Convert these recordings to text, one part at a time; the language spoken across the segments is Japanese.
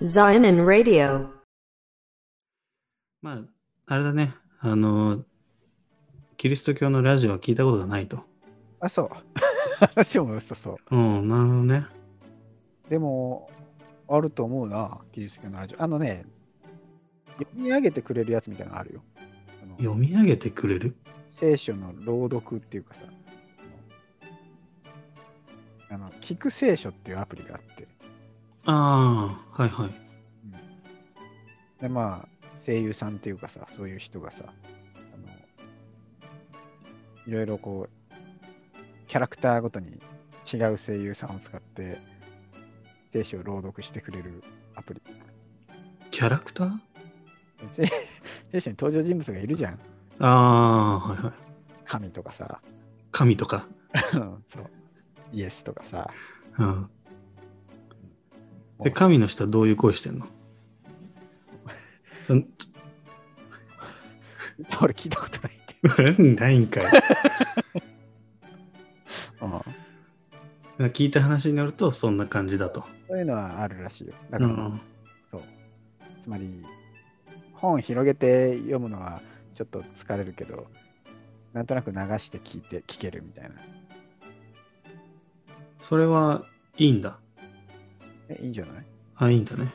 Zion Radio. まあ、あれだね。キリスト教のラジオは聞いたことがないと。 あ、そう。話を戻すとそう。 うん、なるほどね。 でも、あると思うな、キリスト教のラジオ。読み上げてくれるやつみたいなのあるよ。 読み上げてくれる？ 聖書の朗読っていうかさ、聞く聖書っていうアプリがあって、 ああ、はいはい。 で、まあ、声優さんっていうかさ、そういう人がさ、いろいろこう、キャラクターごとに違う声優さんを使って、聖書を朗読してくれるアプリ。 キャラクター？ 聖書に登場人物がいるじゃん。 ああ、はいはい。 神とかさ、 神とか。 そう、イエスとかさ。 うん。で、神の人はどういう声してんの？ 俺聞いたことないって。 ないんかい。聞いた話によるとそんな感じだと。 そういうのはあるらしいよ。だから、そう。つまり、本広げて読むのはちょっと疲れるけど、なんとなく流して聞けるみたいな。 それはいいんだ。 いいんじゃない？ あ、いいんだね。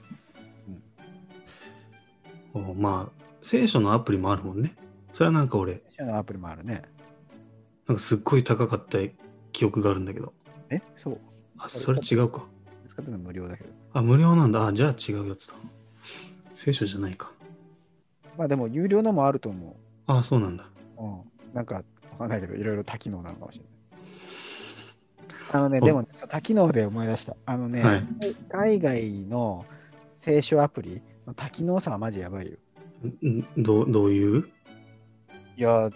まあ、聖書のアプリもあるもんね。それはなんか俺、 聖書のアプリもあるね。 なんかすっごい高かった記憶があるんだけど。 そう。 あ、それ違うか。 使ってるの無料だけど。 あ、無料なんだ。あ、じゃあ違うやつだ。聖書じゃないか。 まあでも、有料のもあると思う。 あ、そうなんだ。 なんか、わかんないけど、いろいろ多機能なのかもしれない。でも、多機能で思い出した。はい、海外の聖書アプリの多機能さはマジやばいよ。 どういう？ いや、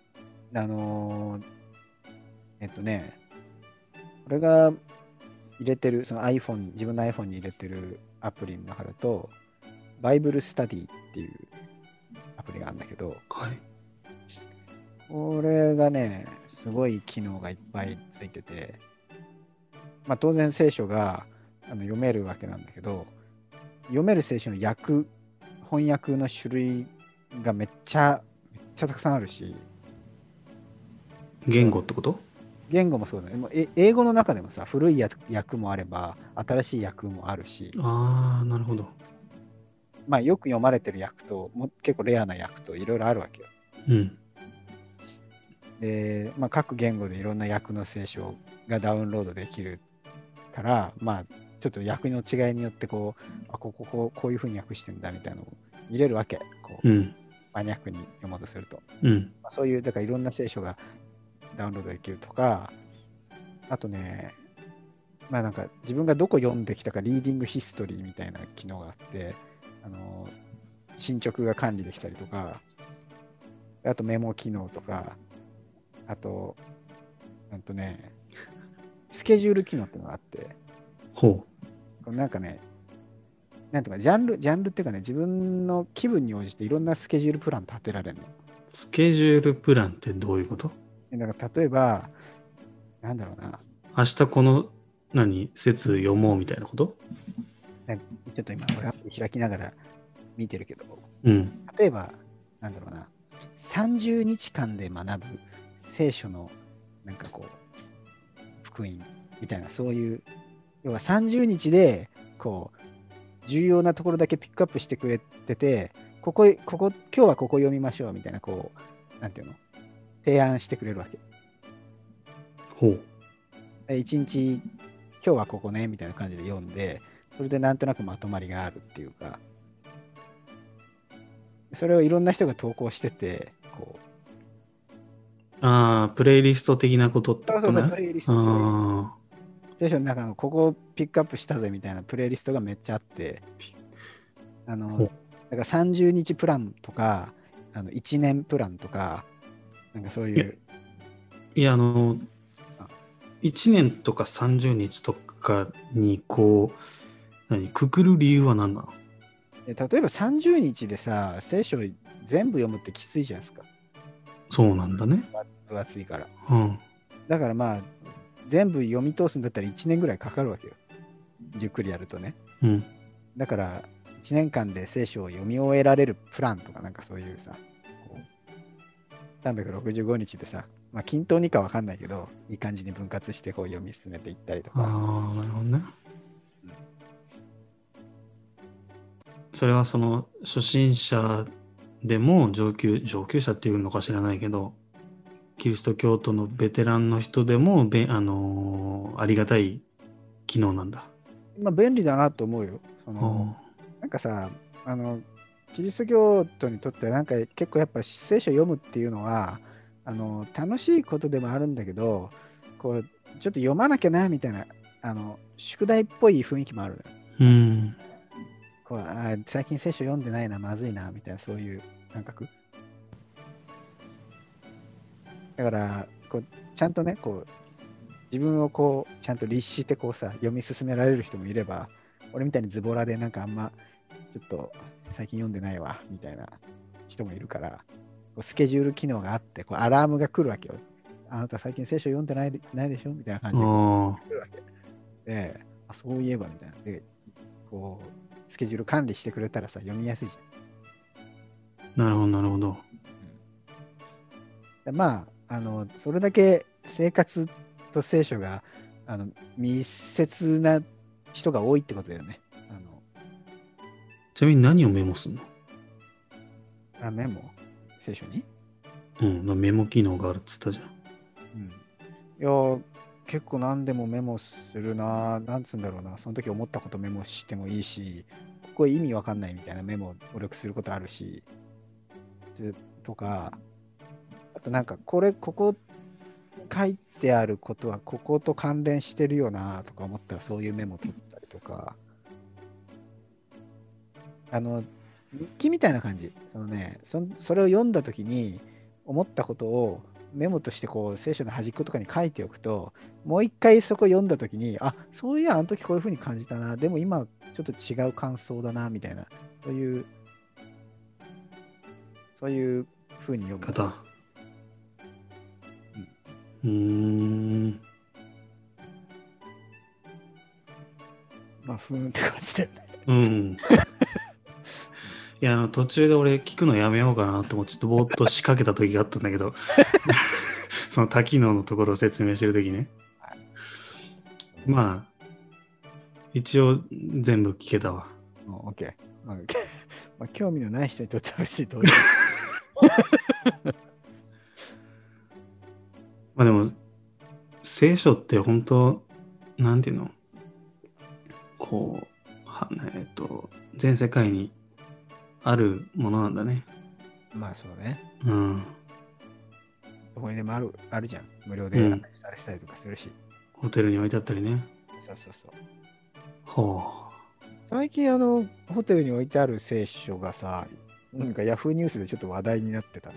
これが入れてる、その iPhone、自分の iPhone に入れてるアプリの中だと、バイブルスタディっていうアプリがあるんだけど、 はい、 これがね、すごい機能がいっぱいついてて、まあ当然聖書が読めるわけなんだけど、読める聖書の翻訳の種類がめっちゃたくさんあるし。 言語ってこと？ 言語もそうだね。英語の中でもさ、古い訳もあれば、新しい訳もあるし。 ああ、なるほど。 まあよく読まれてる訳と、結構レアな訳といろいろあるわけよ。 うん。 で、まあ各言語でいろんな訳の聖書がダウンロードできるから、まあちょっと訳の違いによってこういうふうに訳してんだみたいなのを見れるわけ。マニアックに読もうとすると。まあ、そういう、だからいろんな聖書がダウンロードできるとか、あとね、まあなんか自分がどこ読んできたかリーディングヒストリーみたいな機能があって、進捗が管理できたりとか、あとメモ機能とか、あと、スケジュール機能っていうのがあって、なんかね、なんていうか、ジャンルっていうかね、自分の気分に応じていろんなスケジュールプラン立てられるの。 スケジュールプランってどういうこと？ だから例えば、なんだろうな。 明日この説読もうみたいなこと？ ちょっと今、俺アプリ開きながら見てるけど、例えば、なんだろうな。30日間で学ぶ聖書の、なんかこう、福音みたいな、そういう、要は30日で、こう、重要なところだけピックアップしてくれてて、今日はここ読みましょうみたいな、こう、なんていうの、提案してくれるわけ。一日、今日はここね、みたいな感じで読んで、それでなんとなくまとまりがあるっていうか、それをいろんな人が投稿してて、こう。プレイリスト的なことってことね。 そう、プレイリスト。聖書の中のここをピックアップしたぜみたいなプレイリストがめっちゃあって、だから30日プランとか、1年プランとか、なんかそういう。 いや、1年とか30日とかにくくる理由は何なの？ 例えば30日でさ、聖書全部読むってきついじゃないですか。 そうなんだね。 分厚いから。 うん。 だからまあ、全部読み通すんだったら1年ぐらいかかるわけよ。ゆっくりやるとね。 だから1年間で聖書を読み終えられるプランとかなんかそういうさ、こう365日でさ、まあ均等にかわかんないけど、いい感じに分割してこう読み進めていったりとか。 ああ、なるほどね。それはその初心者でも上級者っていうのか知らないけど、キリスト教徒のベテランの人でもありがたい機能なんだ。 まあ便利だなと思うよ。なんかさ、キリスト教徒にとってはなんか結構やっぱ聖書を読むっていうのは楽しいことでもあるんだけど、こうちょっと読まなきゃなみたいな宿題っぽい雰囲気もある。こう最近聖書読んでないな、まずいなみたいな、そういう感覚。だからこうちゃんとね、こう自分をこうちゃんと律してこうさ読み進められる人もいれば、俺みたいにズボラでなんかあんまちょっと最近読んでないわみたいな人もいるから、こうスケジュール機能があって、こうアラームが来るわけよ。あなた最近聖書読んでないでしょみたいな感じで来るわけで、そういえばみたいなで、こうスケジュール管理してくれたらさ読みやすいじゃん。なるほどなるほど。 まあそれだけ生活と聖書が密接な人が多いってことだよね。 ちなみに何をメモするの？メモ？聖書に？ メモ機能があるっつったじゃん。いや、結構何でもメモするな。なんつうんだろうな。その時思ったことメモしてもいいし、ここ意味わかんないみたいなメモを努力することあるし、とか、あとなんかここ書いてあることはここと関連してるよなとか思ったらそういうメモ取ったりとか、日記みたいな感じ。それを読んだ時に思ったことをメモとしてこう聖書の端っことかに書いておくと、もう一回そこ読んだ時に、そういやあの時こういう風に感じたな、でも今ちょっと違う感想だなみたいな、そういう風に読む方。 まあふーんって感じだよね。 いや途中で俺聞くのやめようかなと思ってちょっとぼーっと仕掛けた時があったんだけどその多機能のところを説明してる時ね、まあ一応全部聞けたわ。 OK。まあ、興味のない人にとっては嬉しいと思いまあでも聖書って本当なんていうの、こう全世界にあるものなんだね。 まあそうね。どこにでもあるじゃん。無料で案内されたりとかするし。 ホテルに置いてあったりね。 そう。最近ホテルに置いてある聖書がさ、なんかヤフーニュースでちょっと話題になってた。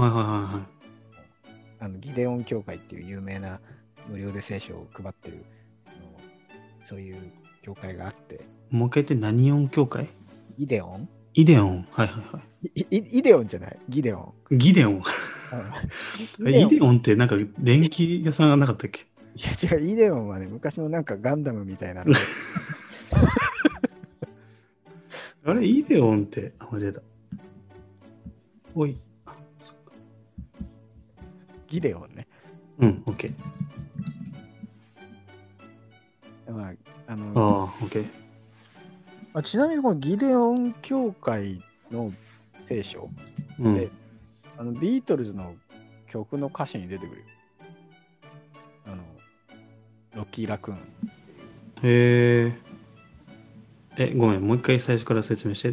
ギデオン教会っていう有名な無料で聖書を配ってるそういう教会があって。 もう一回言って、何オン教会？ イデオン？ イデオン。はい。 イデオンじゃない。ギデオン。 ギデオン。イデオンってなんか電気屋さんがなかったっけ？ いや違う、イデオンはね、昔のなんかガンダムみたいな。 あれ、イデオンって間違えた。おい。 そっか。ギデオンね。 オッケー。まあ、 オッケー。 ちなみにこのギデオン教会の聖書で、ビートルズの曲の歌詞に出てくるよ。ロッキーラクーン。 へえ。ごめん、もう一回最初から説明して。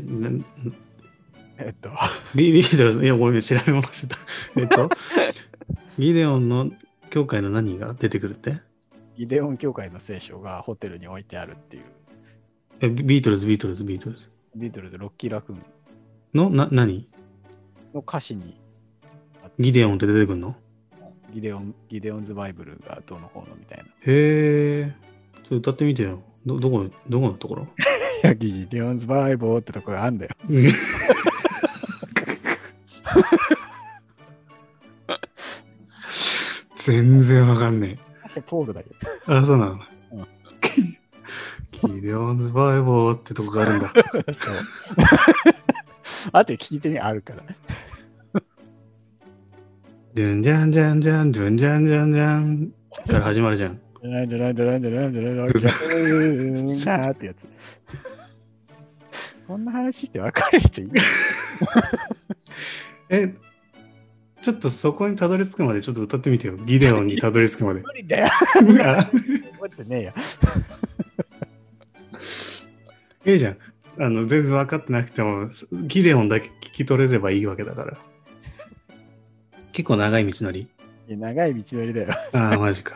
ビートルズ、いや、ごめん、調べました。ギデオンの教会の何が出てくるって？ ギデオン教会の聖書がホテルに置いてあるっていう。 ビートルズ、 ロッキーラクーン。 の、何の歌詞に。 ギデオンって出てくるの？ ギデオンズバイブルがどうのこうのみたいな。 へえ。ちょっと歌ってみてよ。どこのところ？ いや、ギデオンズバイブルってとこがあんだよ。 全然わかんねえ。確かポールだけど。そうなの。 ギデオンズバイボーってとこがあるんだ。 そう。あと聞いてね、あるから。 ドゥンジャンジャンジャン、ドゥンジャンジャンジャンから始まるじゃん。 なんでなんでなんでなんでなんでなーってやつ。こんな話して分かる人いる？ ちょっとそこにたどり着くまでちょっと歌ってみてよ。ギデオンにたどり着くまで。 無理だよ。覚えてねえよ。 いいじゃん。全然分かってなくても、ギデオンだけ聞き取れればいいわけだから。結構長い道のり。 いや長い道のりだよ。 ああ、マジか。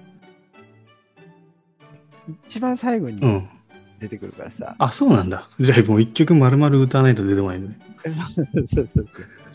一番最後に出てくるからさ。 あ、そうなんだ。じゃあもう一曲丸々歌わないと出てこないんだね。 そうそうそう。